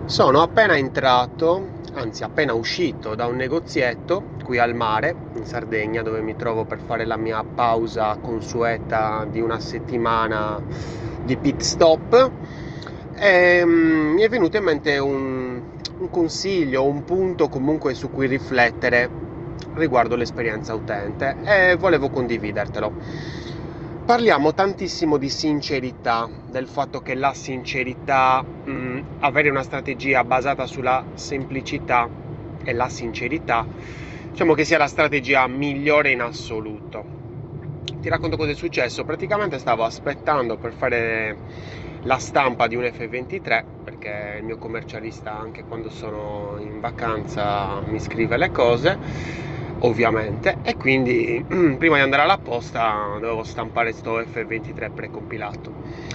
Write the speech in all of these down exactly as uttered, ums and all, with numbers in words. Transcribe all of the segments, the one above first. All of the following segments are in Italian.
Sono appena entrato, anzi appena uscito da un negozietto qui al mare, in Sardegna, dove mi trovo per fare la mia pausa consueta di una settimana di pit stop. E mm, mi è venuto in mente un, un consiglio, un punto comunque su cui riflettere riguardo l'esperienza utente e volevo condividertelo. Parliamo tantissimo di sincerità, del fatto che la sincerità, mh, avere una strategia basata sulla semplicità e la sincerità, diciamo che sia la strategia migliore in assoluto. Ti racconto cosa è successo. Praticamente stavo aspettando per fare la stampa di un F ventitré, perché il mio commercialista anche quando sono in vacanza mi scrive le cose, ovviamente, e quindi prima di andare alla posta dovevo stampare sto F ventitré precompilato.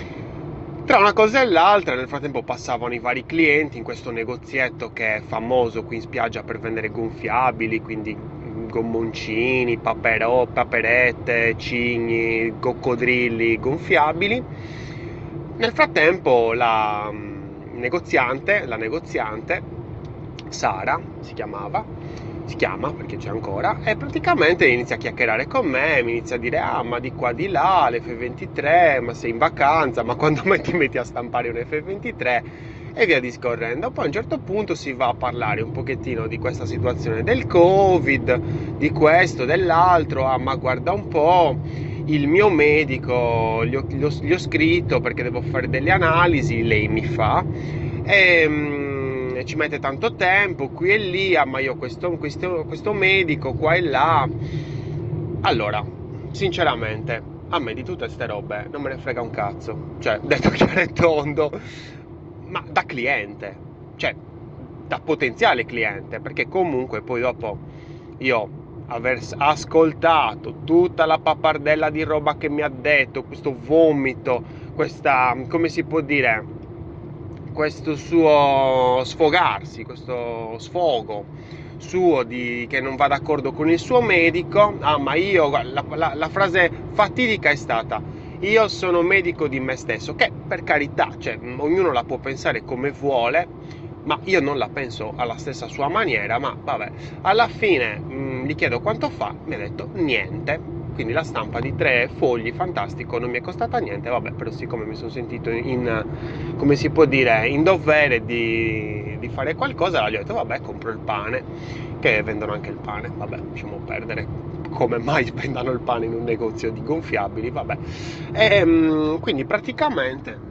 Tra una cosa e l'altra, nel frattempo passavano i vari clienti in questo negozietto che è famoso qui in spiaggia per vendere gonfiabili, quindi gommoncini, papero, paperette, cigni, coccodrilli gonfiabili. Nel frattempo la mm, negoziante, la negoziante, Sara si chiamava, si chiama perché c'è ancora, e praticamente inizia a chiacchierare con me, mi inizia a dire: ah, ma di qua di là, l'F ventitré, ma sei in vacanza, ma quando mai ti metti a stampare un F ventitré, e via discorrendo. Poi a un certo punto si va a parlare un pochettino di questa situazione del Covid, di questo, dell'altro. Ah, ma guarda un po', il mio medico gli ho, gli ho, gli ho scritto perché devo fare delle analisi, lei mi fa, e mm, ci mette tanto tempo qui e lì. Ah, ma io questo, questo, questo medico qua e là. Allora, sinceramente, a me di tutte ste robe non me ne frega un cazzo, cioè, detto chiaro e tondo, ma da cliente, cioè da potenziale cliente, perché comunque poi dopo io aver ascoltato tutta la pappardella di roba che mi ha detto, questo vomito, questa, come si può dire, questo suo sfogarsi, questo sfogo suo di che non va d'accordo con il suo medico. Ah, ma io, la, la, la frase fatidica è stata: io sono medico di me stesso, che per carità, cioè, ognuno la può pensare come vuole, ma io non la penso alla stessa sua maniera. Ma vabbè, alla fine mh, gli chiedo quanto fa, mi ha detto niente. Quindi la stampa di tre fogli, fantastico, non mi è costata niente. Vabbè, però siccome mi sono sentito in, come si può dire, in dovere di, di fare qualcosa, gli ho detto vabbè, compro il pane, che vendono anche il pane. Vabbè, lasciamo perdere come mai vendano il pane in un negozio di gonfiabili, vabbè. E quindi praticamente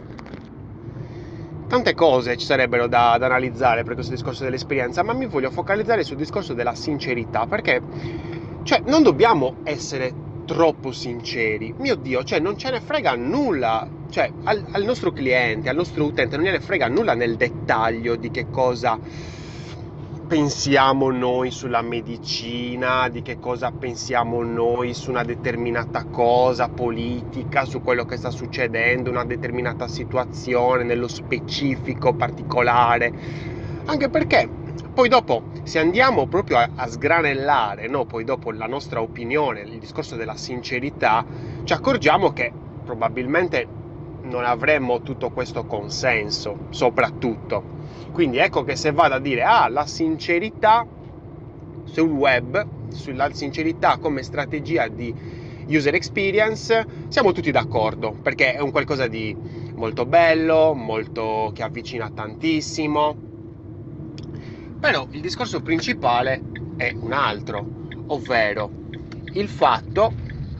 tante cose ci sarebbero da, da analizzare per questo discorso dell'esperienza, ma mi voglio focalizzare sul discorso della sincerità, perché cioè non dobbiamo essere troppo sinceri. Mio Dio, cioè non ce ne frega nulla, cioè al, al nostro cliente, al nostro utente non gliene frega nulla nel dettaglio di che cosa pensiamo noi sulla medicina, di che cosa pensiamo noi su una determinata cosa politica, su quello che sta succedendo, una determinata situazione nello specifico particolare. Anche perché poi dopo, se andiamo proprio a, a sgranellare, no? Poi dopo la nostra opinione, il discorso della sincerità, ci accorgiamo che probabilmente non avremmo tutto questo consenso, soprattutto. Quindi ecco che se vado a dire ah, la sincerità sul web, sulla sincerità come strategia di user experience, siamo tutti d'accordo, perché è un qualcosa di molto bello, molto che avvicina tantissimo. Però il discorso principale è un altro, ovvero il fatto,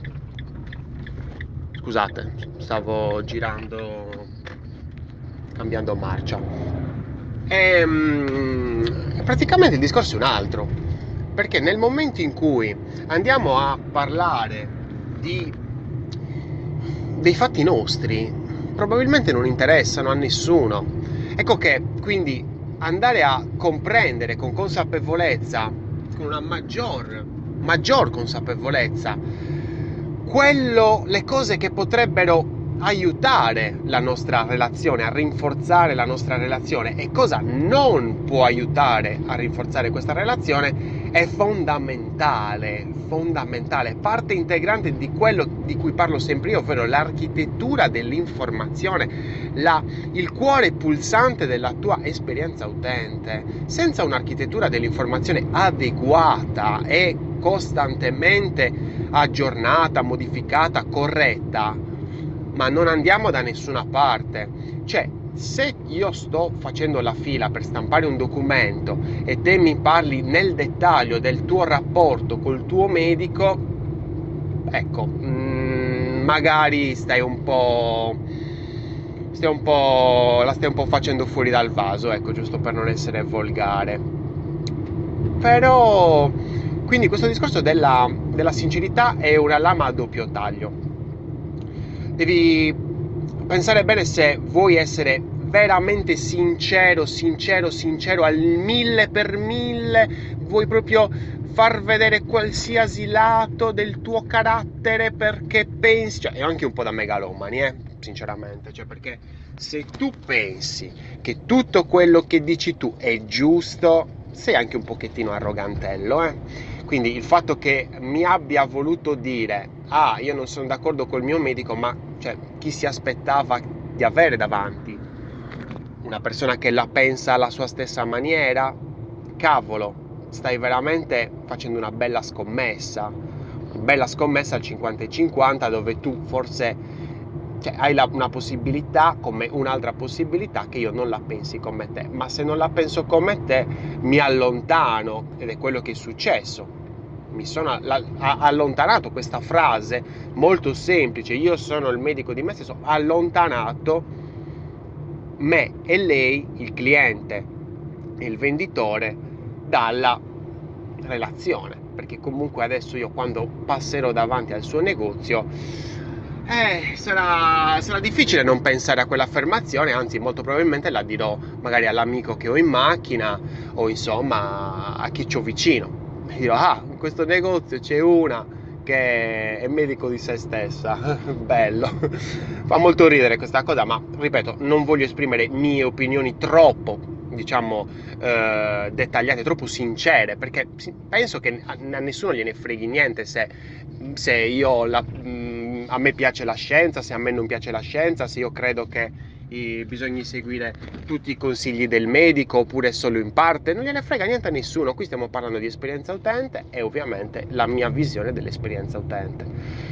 scusate, stavo girando, cambiando marcia. E, mm, praticamente il discorso è un altro, perché nel momento in cui andiamo a parlare di, dei fatti nostri, probabilmente non interessano a nessuno. Ecco che quindi andare a comprendere con consapevolezza, con una maggior, maggior consapevolezza, quello, le cose che potrebbero aiutare la nostra relazione, a rinforzare la nostra relazione, e cosa non può aiutare a rinforzare questa relazione è fondamentale, fondamentale, parte integrante di quello di cui parlo sempre io, ovvero l'architettura dell'informazione, la, il cuore pulsante della tua esperienza utente. Senza un'architettura dell'informazione adeguata e costantemente aggiornata, modificata, corretta, ma non andiamo da nessuna parte. Cioè, se io sto facendo la fila per stampare un documento e te mi parli nel dettaglio del tuo rapporto col tuo medico, ecco, mh, magari stai un po' stai un po' la stai un po' facendo fuori dal vaso, ecco, giusto per non essere volgare. Però, quindi questo discorso della, della sincerità è una lama a doppio taglio. Devi pensare bene se vuoi essere veramente sincero, sincero, sincero al mille per mille, vuoi proprio far vedere qualsiasi lato del tuo carattere perché pensi, cioè è anche un po' da megalomani, eh, sinceramente, cioè perché se tu pensi che tutto quello che dici tu è giusto, sei anche un pochettino arrogantello, eh. Quindi il fatto che mi abbia voluto dire ah, io non sono d'accordo col mio medico, ma cioè, chi si aspettava di avere davanti? Una persona che la pensa alla sua stessa maniera? Cavolo, stai veramente facendo una bella scommessa, una bella scommessa al cinquanta e cinquanta, dove tu forse cioè, hai la, una possibilità come un'altra possibilità che io non la pensi come te, ma se non la penso come te mi allontano, ed è quello che è successo. Mi sono allontanato, questa frase molto semplice, io sono il medico di me stesso, allontanato me e lei, il cliente e il venditore, dalla relazione, perché comunque adesso io quando passerò davanti al suo negozio eh, sarà, sarà difficile non pensare a quell'affermazione, anzi molto probabilmente la dirò magari all'amico che ho in macchina o insomma a chi c'ho vicino. Dirò, ah, in questo negozio c'è una che è medico di se stessa. Bello, fa molto ridere questa cosa, ma ripeto, non voglio esprimere mie opinioni troppo, diciamo, eh, dettagliate, troppo sincere, perché penso che a, a nessuno gliene freghi niente se, se io la, mh, a me piace la scienza, se a me non piace la scienza, se io credo che i, bisogna seguire tutti i consigli del medico oppure solo in parte, non gliene frega niente a nessuno. Qui stiamo parlando di esperienza utente e ovviamente la mia visione dell'esperienza utente.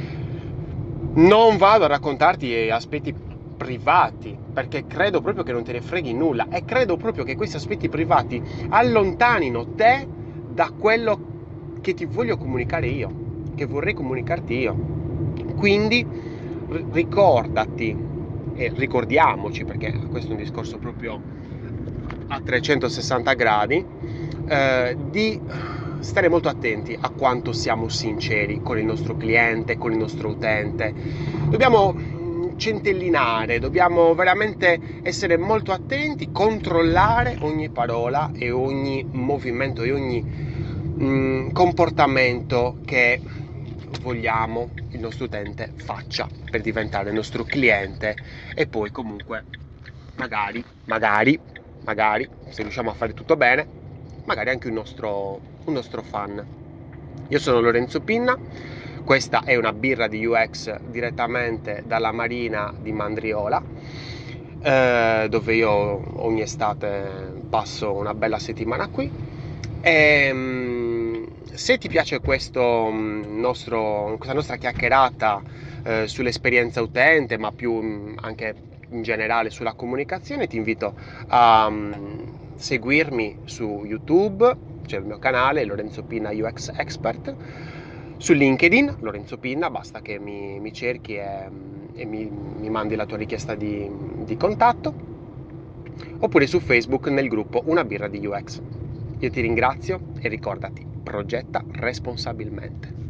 Non vado a raccontarti aspetti privati perché credo proprio che non te ne freghi nulla, e credo proprio che questi aspetti privati allontanino te da quello che ti voglio comunicare io, che vorrei comunicarti io. Quindi ricordati e ricordiamoci, perché questo è un discorso proprio a trecentosessanta gradi, eh, di stare molto attenti a quanto siamo sinceri con il nostro cliente, con il nostro utente. Dobbiamo centellinare, dobbiamo veramente essere molto attenti, controllare ogni parola e ogni movimento e ogni mh, comportamento che vogliamo il nostro utente faccia per diventare il nostro cliente, e poi comunque magari, magari, magari, se riusciamo a fare tutto bene, magari anche un nostro, un nostro fan. Io sono Lorenzo Pinna, questa è una birra di U X direttamente dalla marina di Mandriola, eh, dove io ogni estate passo una bella settimana qui. E, se ti piace questo nostro, questa nostra chiacchierata eh, sull'esperienza utente, ma più anche in generale sulla comunicazione, ti invito a um, seguirmi su YouTube, c'è il mio canale Lorenzo Pinna U X Expert, su LinkedIn Lorenzo Pinna, basta che mi, mi cerchi e, e mi, mi mandi la tua richiesta di, di contatto, oppure su Facebook nel gruppo Una birra di U X. Io ti ringrazio e ricordati, progetta responsabilmente.